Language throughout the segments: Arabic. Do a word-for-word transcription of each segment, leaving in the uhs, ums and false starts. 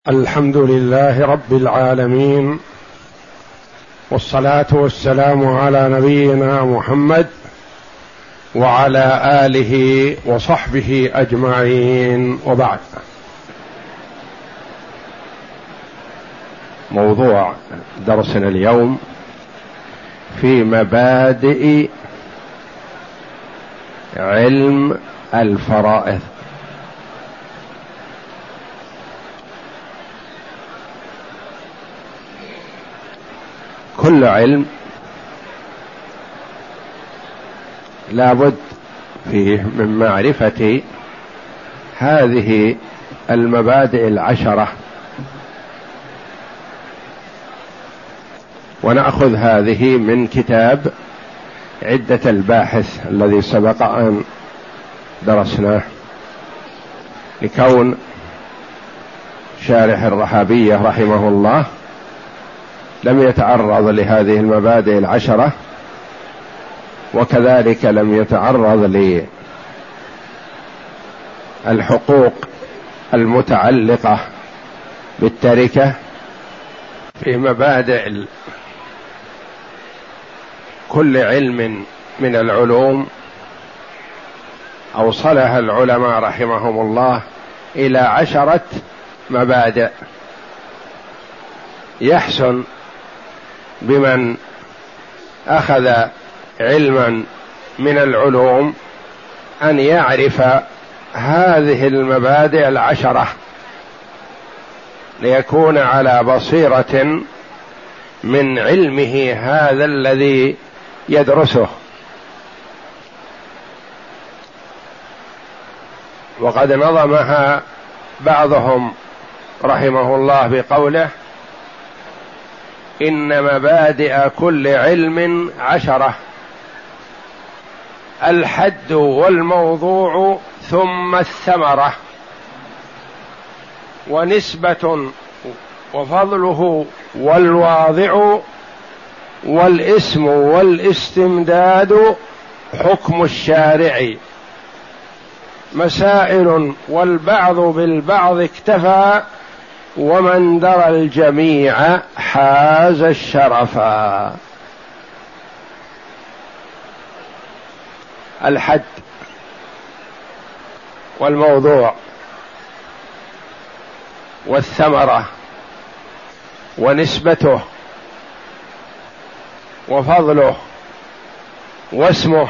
الحمد لله رب العالمين، والصلاة والسلام على نبينا محمد وعلى آله وصحبه أجمعين، وبعد. موضوع درسنا اليوم في مبادئ علم الفرائض. كل علم لابد فيه من معرفة هذه المبادئ العشرة، ونأخذ هذه من كتاب عدة الباحث الذي سبق أن درسناه، لكون شارح الرحابية رحمه الله لم يتعرض لهذه المبادئ العشرة، وكذلك لم يتعرض للحقوق المتعلقة بالتركة. في مبادئ كل علم من العلوم أوصلها العلماء رحمهم الله إلى عشرة مبادئ يحسن بمن أخذ علما من العلوم أن يعرف هذه المبادئ العشرة ليكون على بصيرة من علمه هذا الذي يدرسه. وقد نظمها بعضهم رحمه الله بقوله: إن مبادئ كل علم عشرة، الحد والموضوع ثم الثمرة، ونسبة وفضله والواضع، والاسم والاستمداد، حكم الشارع، مسائل والبعض بالبعض اكتفى، ومن درى الجميع حاز الشرفا. الحد والموضوع والثمرة ونسبته وفضله واسمه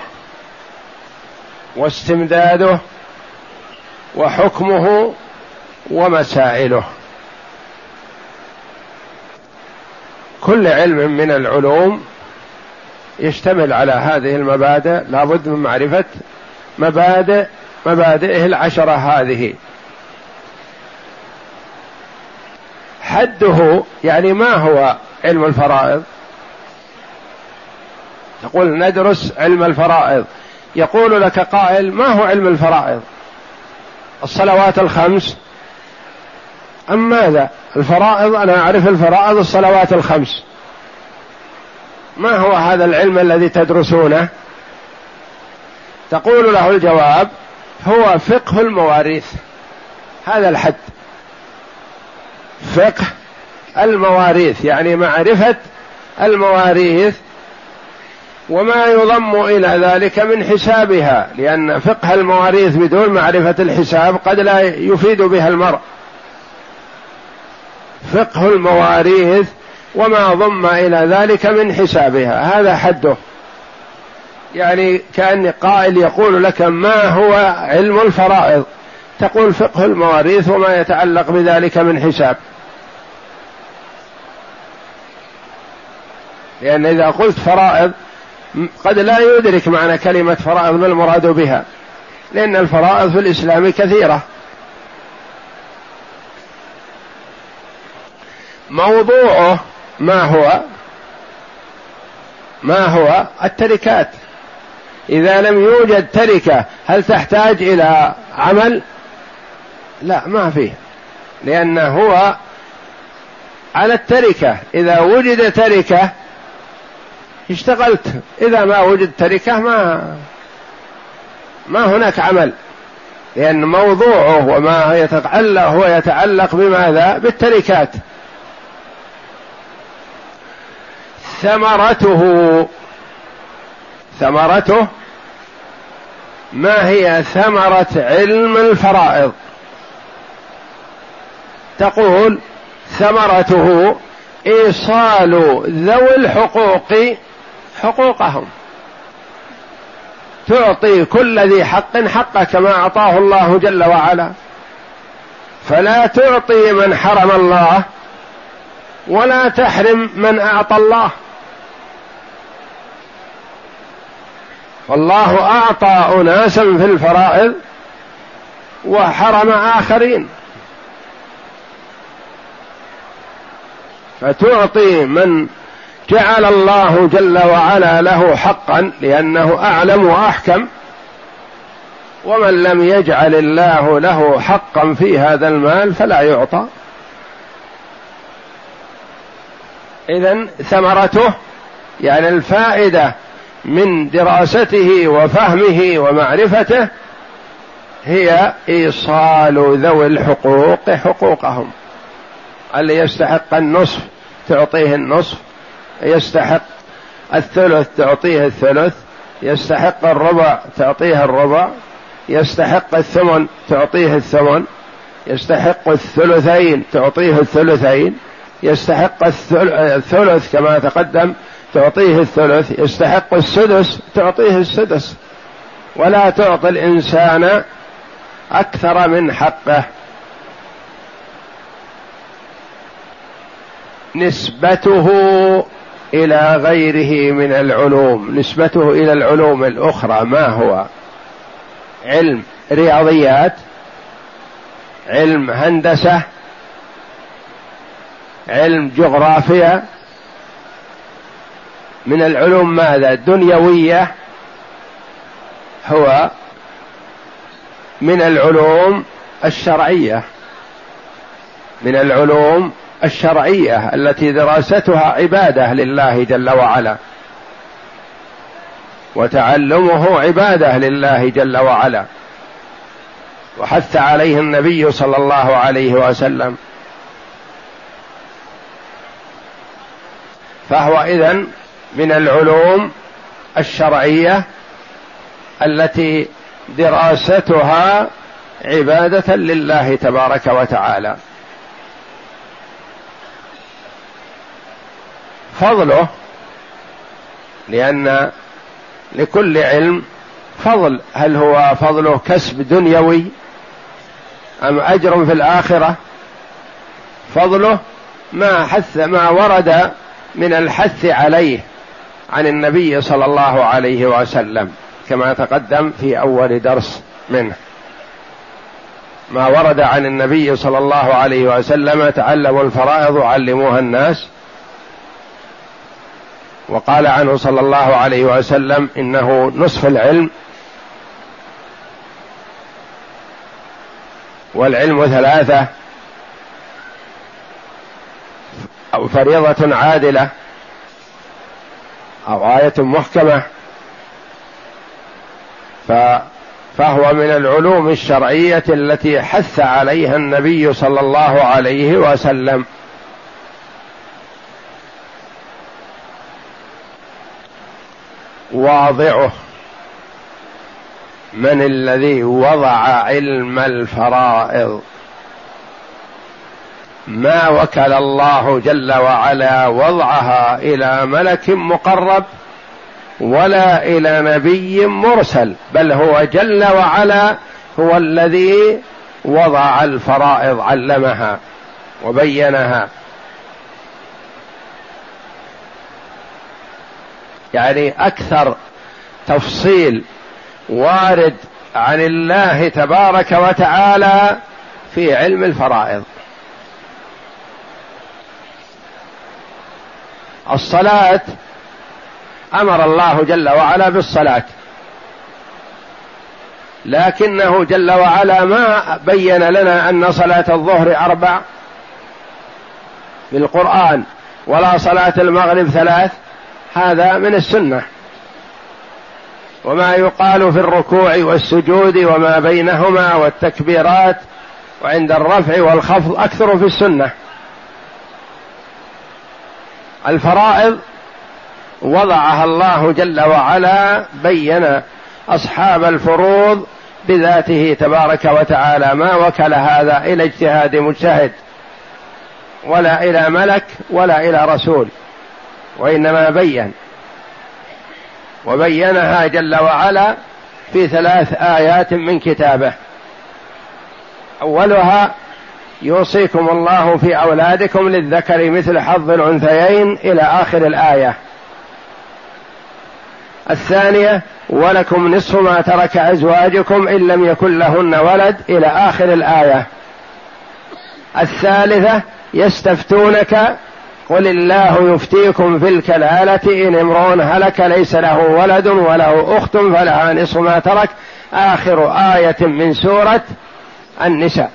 واستمداده وحكمه ومسائله. كل علم من العلوم يشتمل على هذه المبادئ، لابد من معرفة مبادئ مبادئه العشرة هذه. حده يعني ما هو علم الفرائض؟ تقول ندرس علم الفرائض، يقول لك قائل: ما هو علم الفرائض؟ الصلوات الخمس. أم ماذا؟ الفرائض أنا أعرف الفرائض الصلوات الخمس. ما هو هذا العلم الذي تدرسونه؟ تقول له الجواب: هو فقه المواريث. هذا الحد، فقه المواريث، يعني معرفة المواريث وما يضم إلى ذلك من حسابها، لأن فقه المواريث بدون معرفة الحساب قد لا يفيد بها المرء. فقه المواريث وما ضم إلى ذلك من حسابها، هذا حده. يعني كأن قائل يقول لك: ما هو علم الفرائض؟ تقول: فقه المواريث وما يتعلق بذلك من حساب. لأن إذا قلت فرائض قد لا يدرك معنى كلمة فرائض ما المراد بها، لأن الفرائض في الإسلام كثيرة. موضوعه ما هو؟ ما هو التركات. إذا لم يوجد تركة هل تحتاج إلى عمل؟ لا، ما فيه، لأن هو على التركة. إذا وجد تركة اشتغلت، إذا ما وجد تركة ما ما هناك عمل. لأن موضوعه وما يتعلق هو يتعلق بماذا؟ بالتركات. ثمرته ثمرته ما هي ثمرة علم الفرائض؟ تقول ثمرته إيصال ذوي الحقوق حقوقهم، تعطي كل ذي حق حقه كما أعطاه الله جل وعلا، فلا تعطي من حرم الله ولا تحرم من أعطى الله. والله أعطى أناسا في الفرائض وحرم آخرين، فتعطي من جعل الله جل وعلا له حقا لأنه أعلم وأحكم، ومن لم يجعل الله له حقا في هذا المال فلا يعطى. إذن ثمرته يعني الفائدة من دراسته وفهمه ومعرفته هي إيصال ذوي الحقوق حقوقهم. اللي يستحق النصف تعطيه النصف، يستحق الثلث تعطيه الثلث، يستحق الربع تعطيه الربع، يستحق الثمن تعطيه الثمن، يستحق الثلثين تعطيه الثلثين، يستحق الثلث كما تقدم تعطيه الثلث، يستحق السدس تعطيه السدس، ولا تعطي الإنسان أكثر من حقه. نسبته إلى غيره من العلوم، نسبته إلى العلوم الأخرى ما هو؟ علم رياضيات، علم هندسة، علم جغرافيا، من العلوم ماذا؟ دنيوية. هو من العلوم الشرعية، من العلوم الشرعية التي دراستها عبادة لله جل وعلا، وتعلمه عبادة لله جل وعلا، وحث عليه النبي صلى الله عليه وسلم. فهو إذن من العلوم الشرعية التي دراستها عبادة لله تبارك وتعالى. فضله، لأن لكل علم فضل، هل هو فضله كسب دنيوي أم أجر في الآخرة؟ فضله ما حث ما ورد من الحث عليه عن النبي صلى الله عليه وسلم كما تقدم في أول درس منه، ما ورد عن النبي صلى الله عليه وسلم: تعلموا الفرائض وعلموها الناس. وقال عنه صلى الله عليه وسلم: إنه نصف العلم، والعلم ثلاثة: أو فريضة عادلة، أو آية محكمة. فهو من العلوم الشرعية التي حث عليها النبي صلى الله عليه وسلم. واضعه: من الذي وضع علم الفرائض؟ ما وكل الله جل وعلا وضعها إلى ملك مقرب ولا إلى نبي مرسل، بل هو جل وعلا هو الذي وضع الفرائض، علمها وبينها. يعني أكثر تفصيل وارد عن الله تبارك وتعالى في علم الفرائض. الصلاة أمر الله جل وعلا بالصلاة، لكنه جل وعلا ما بين لنا أن صلاة الظهر أربع بالقرآن، ولا صلاة المغرب ثلاث، هذا من السنة. وما يقال في الركوع والسجود وما بينهما والتكبيرات وعند الرفع والخفض أكثر في السنة. الفرائض وضعها الله جل وعلا، بين أصحاب الفروض بذاته تبارك وتعالى، ما وكل هذا إلى اجتهاد مجتهد ولا إلى ملك ولا إلى رسول، وإنما بين، وبينها جل وعلا في ثلاث آيات من كتابه. أولها: يوصيكم الله في أولادكم للذكر مثل حظ الأنثيين، إلى آخر الآية. الثانية: ولكم نصف ما ترك أزواجكم إن لم يكن لهن ولد، إلى آخر الآية. الثالثة: يستفتونك قل الله يفتيكم في الكلالة إن امرؤ هلك ليس له ولد وله أخت فلها نصف ما ترك، آخر آية من سورة النساء.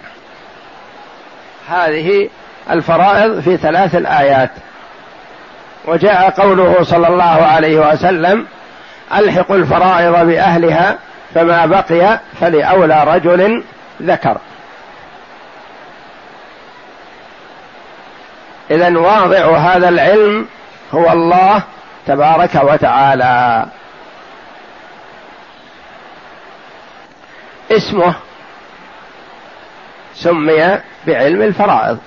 هذه الفرائض في ثلاث الآيات. وجاء قوله صلى الله عليه وسلم: ألحقوا الفرائض بأهلها فما بقي فلأولى رجل ذكر. إذن واضع هذا العلم هو الله تبارك وتعالى. اسمه سمي بعلم الفرائض،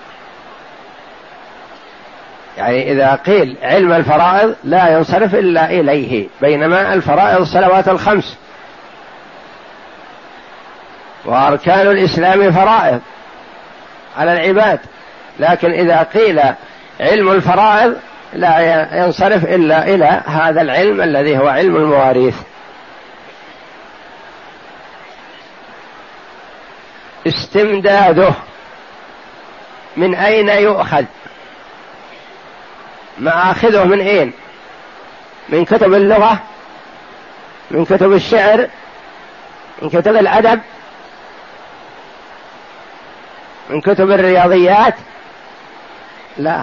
يعني إذا قيل علم الفرائض لا ينصرف إلا إليه، بينما الفرائض الصلوات الخمس وأركان الإسلام فرائض على العباد، لكن إذا قيل علم الفرائض لا ينصرف إلا إلى هذا العلم الذي هو علم المواريث. استمداده من أين يؤخذ؟ مآخذه من أين؟ من كتب اللغة، من كتب الشعر، من كتب الأدب، من كتب الرياضيات؟ لا،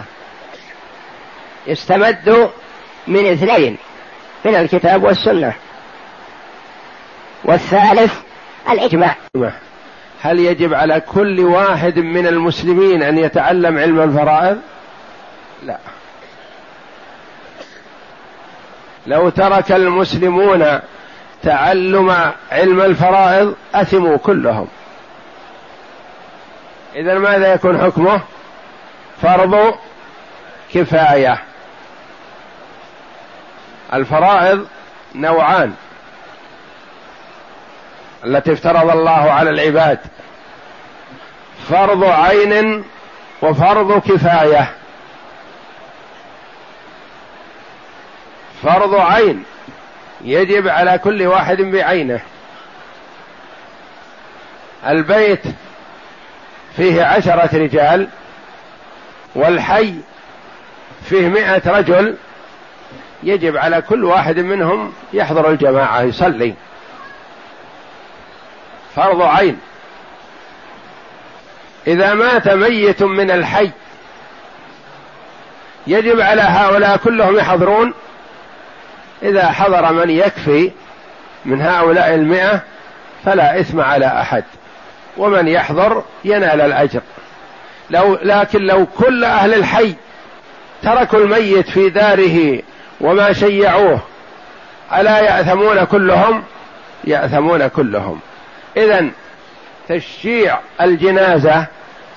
يستمد من اثنين: من الكتاب والسنة، والثالث الإجماع. هل يجب على كل واحد من المسلمين أن يتعلم علم الفرائض؟ لا. لو ترك المسلمون تعلم علم الفرائض أثموا كلهم. إذن ماذا يكون حكمه؟ فرض كفاية. الفرائض نوعان: التي افترض الله على العباد، فرض عين وفرض كفاية. فرض عين يجب على كل واحد بعينه. البيت فيه عشرة رجال والحي فيه مئة رجل، يجب على كل واحد منهم يحضر الجماعة يصلي، فرض عين. إذا مات ميت من الحي يجب على هؤلاء كلهم يحضرون. إذا حضر من يكفي من هؤلاء المئة فلا إثم على أحد، ومن يحضر ينال الأجر. لو لكن لو كل أهل الحي تركوا الميت في داره وما شيعوه ألا يأثمون كلهم؟ يأثمون كلهم. إذن تشييع الجنازة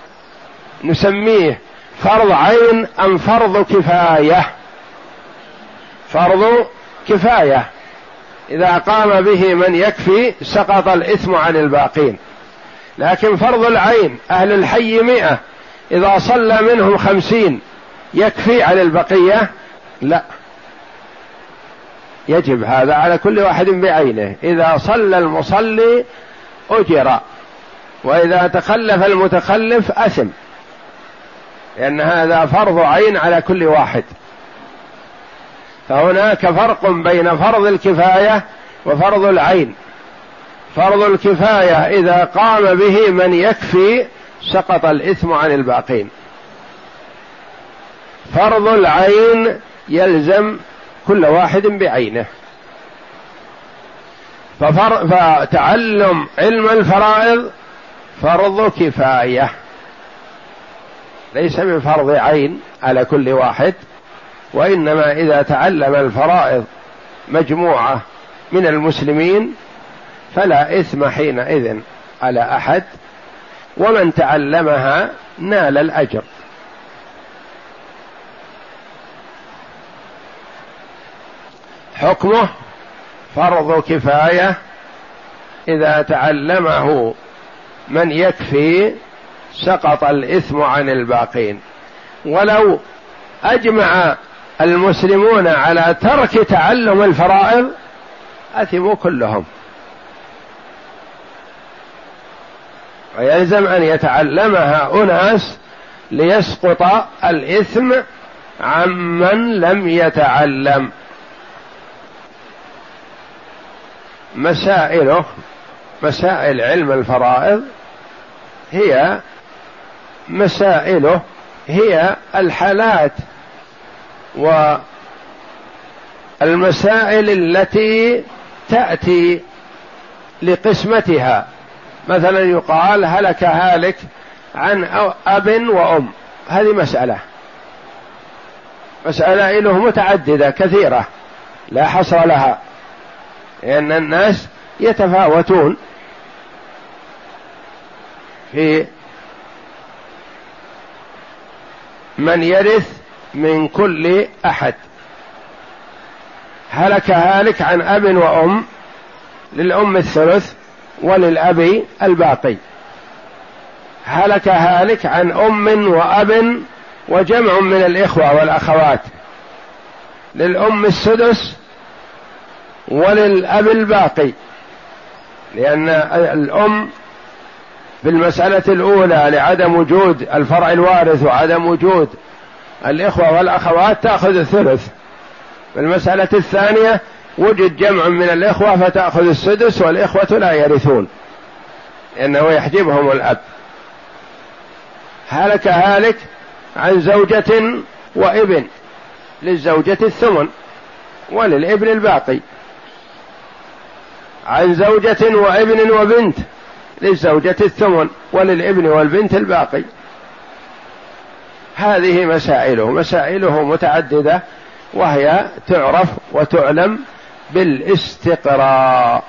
نسميه فرض عين أم فرض كفاية؟ فرض كفاية. إذا قام به من يكفي سقط الإثم عن الباقين. لكن فرض العين أهل الحي مئة، إذا صلى منهم خمسين يكفي على البقية؟ لا، يجب هذا على كل واحد بعينه. إذا صلى المصلي أجر، وإذا تخلف المتخلف أثم، لأن هذا فرض عين على كل واحد. فهناك فرق بين فرض الكفاية وفرض العين. فرض الكفاية إذا قام به من يكفي سقط الإثم عن الباقين. فرض العين يلزم كل واحد بعينه. ففر... فتعلم علم الفرائض فرض كفاية، ليس بفرض عين على كل واحد، وإنما إذا تعلم الفرائض مجموعة من المسلمين فلا إثم حينئذ على أحد، ومن تعلمها نال الأجر. حكمه فرض كفاية، إذا تعلمه من يكفي سقط الإثم عن الباقين، ولو أجمع المسلمون على ترك تعلم الفرائض أثموا كلهم، ويلزم أن يتعلمها أناس ليسقط الإثم عمن لم يتعلم. مسائله مسائل علم الفرائض هي مسائله هي الحالات والمسائل التي تأتي لقسمتها. مثلا يقال هلك هالك عن أب وأم، هذه مسألة مسائل متعددة كثيرة لا حصر لها، لأن الناس يتفاوتون في من يرث من كل أحد. هلك هالك عن أب وأم، للأم الثلث وللأب الباقي. هلك هالك عن أم وأب وجمع من الإخوة والأخوات، للأم السدس وللأب الباقي، لأن الأم في المسألة الأولى لعدم وجود الفرع الوارث وعدم وجود الإخوة والأخوات تأخذ الثلث، في المسألة الثانية وجد جمع من الإخوة فتأخذ السدس، والإخوة لا يرثون لأنه يحجبهم الأب. هلك هالك عن زوجة وابن، للزوجة الثمن وللابن الباقي. عن زوجة وابن وبنت، للزوجة الثمن وللابن والبنت الباقي. هذه مسائله مسائله متعددة، وهي تعرف وتعلم بالاستقراء.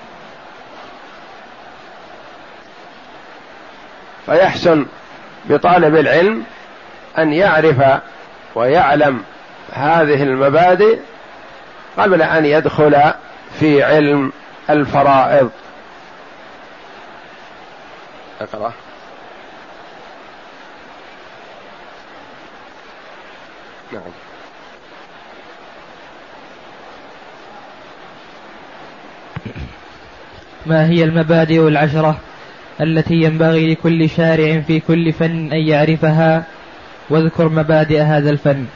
فيحسن بطالب العلم أن يعرف ويعلم هذه المبادئ قبل أن يدخل في علم الفرائض. اقرأ. نعم. ما هي المبادئ العشرة التي ينبغي لكل شارع في كل فن أن يعرفها، واذكر مبادئ هذا الفن؟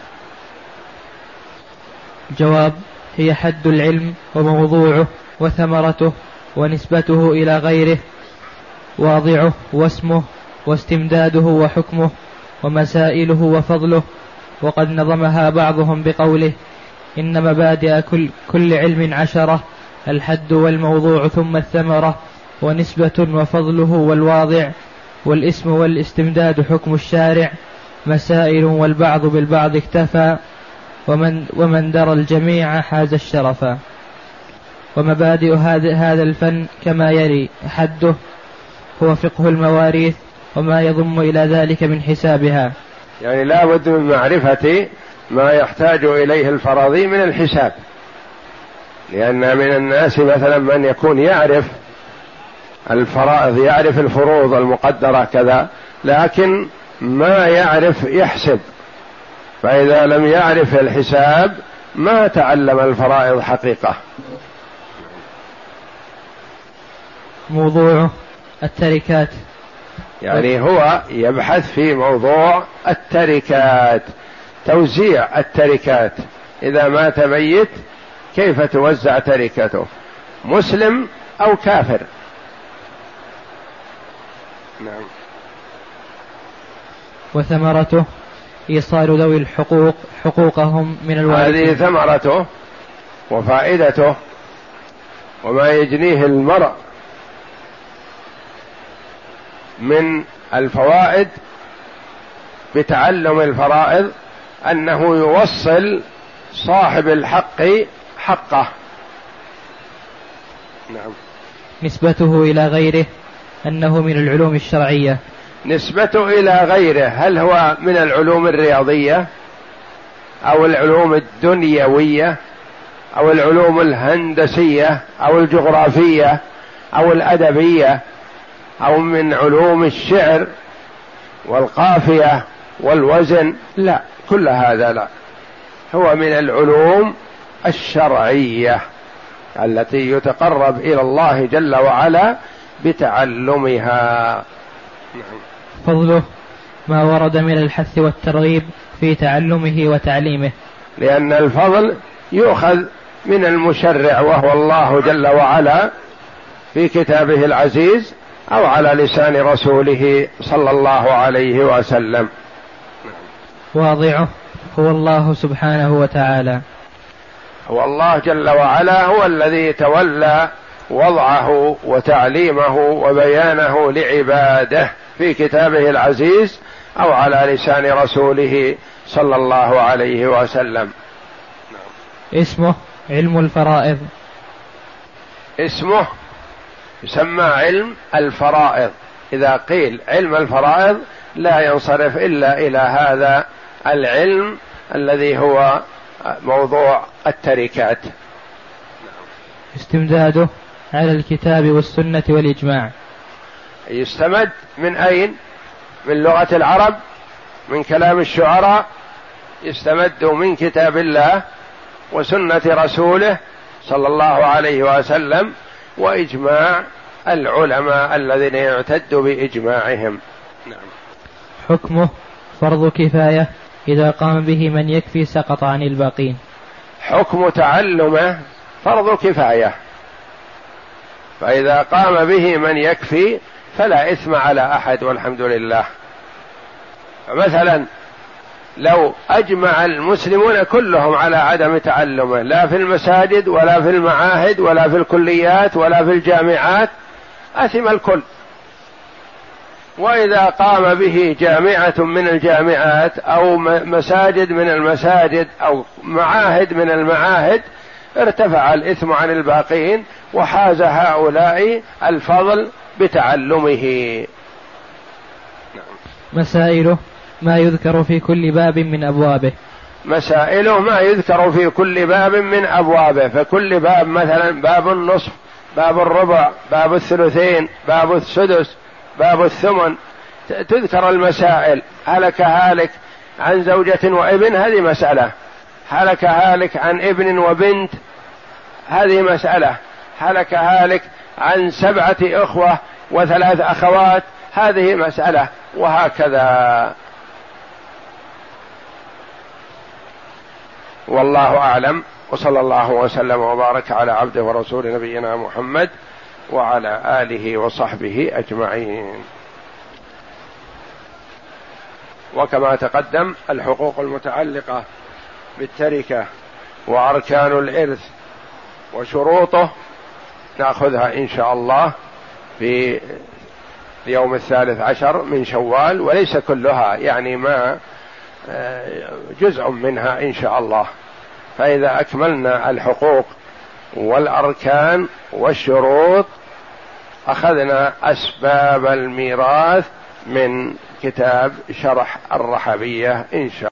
جواب: هي حد العلم وموضوعه وثمرته ونسبته إلى غيره، واضعه واسمه واستمداده وحكمه ومسائله وفضله. وقد نظمها بعضهم بقوله: إن مبادئ كل, كل علم عشرة: الحد والموضوع ثم الثمرة ونسبة وفضله والواضع والاسم والاستمداد حكم الشارع، مسائل والبعض بالبعض اكتفى، ومن, ومن درى الجميع حاز الشرفا. ومبادئ هذا الفن كما يلي: حده هو فقه المواريث وما يضم إلى ذلك من حسابها، يعني لا بد من معرفة ما يحتاج إليه الفراضي من الحساب، لأن من الناس مثلا من يكون يعرف الفرائض، يعرف الفروض المقدرة كذا، لكن ما يعرف يحسب، فإذا لم يعرف الحساب ما تعلم الفرائض حقيقة. موضوعه التركات، يعني هو يبحث في موضوع التركات، توزيع التركات. إذا مات ميت كيف توزع تركته، مسلم أو كافر؟ نعم. وثمرته إيصال ذوي الحقوق حقوقهم من الوارثين. هذه ثمرته وفائدته وما يجنيه المرء من الفوائد بتعلم الفرائض أنه يوصل صاحب الحق حقه. نعم. نسبته إلى غيره أنه من العلوم الشرعية. نسبته إلى غيره هل هو من العلوم الرياضية أو العلوم الدنيوية أو العلوم الهندسية أو الجغرافية أو الأدبية أو من علوم الشعر والقافية والوزن؟ لا، كل هذا لا، هو من العلوم الشرعية التي يتقرب إلى الله جل وعلا بتعلمها. فضله ما ورد من الحث والترغيب في تعلمه وتعليمه، لأن الفضل يؤخذ من المشرع وهو الله جل وعلا في كتابه العزيز أو على لسان رسوله صلى الله عليه وسلم. واضعه هو الله سبحانه وتعالى، هو الله جل وعلا هو الذي تولى وضعه وتعليمه وبيانه لعباده في كتابه العزيز أو على لسان رسوله صلى الله عليه وسلم. اسمه علم الفرائض. اسمه يسمى علم الفرائض. إذا قيل علم الفرائض لا ينصرف إلا إلى هذا العلم الذي هو موضوع التركات. استمداده على الكتاب والسنة والإجماع. يستمد من أين؟ من لغة العرب، من كلام الشعراء، يستمد من كتاب الله وسنة رسوله صلى الله عليه وسلم وإجماع العلماء الذين يعتد بإجماعهم. نعم. حكمه فرض كفاية، إذا قام به من يكفي سقط عن الباقين. حكم تعلمه فرض كفاية، فإذا قام به من يكفي فلا إثم على أحد والحمد لله. مثلا لو أجمع المسلمون كلهم على عدم تعلمه، لا في المساجد ولا في المعاهد ولا في الكليات ولا في الجامعات، أثم الكل. وإذا قام به جامعة من الجامعات أو مساجد من المساجد أو معاهد من المعاهد ارتفع الإثم عن الباقين، وحاز هؤلاء الفضل بتعلمه. مسائله ما يذكر في كل باب من أبوابه. مسائله ما يذكر في كل باب من أبوابه، فكل باب مثلا باب النصف، باب الربع، باب الثلثين، باب السدس، باب الثمن، تذكر المسائل. هلك هالك عن زوجة وابن، هذه مسألة. هلك هالك عن ابن وبنت، هذه مسألة. هلك هالك عن سبعة أخوة وثلاث أخوات، هذه مسألة، وهكذا. والله أعلم، وصلى الله وسلم وبارك على عبده ورسول نبينا محمد وعلى آله وصحبه أجمعين. وكما تقدم الحقوق المتعلقة بالتركة وأركان الإرث وشروطه نأخذها إن شاء الله في اليوم الثالث عشر من شوال، وليس كلها، يعني ما جزء منها إن شاء الله. فإذا أكملنا الحقوق والأركان والشروط أخذنا أسباب الميراث من كتاب شرح الرحبية إن شاء الله.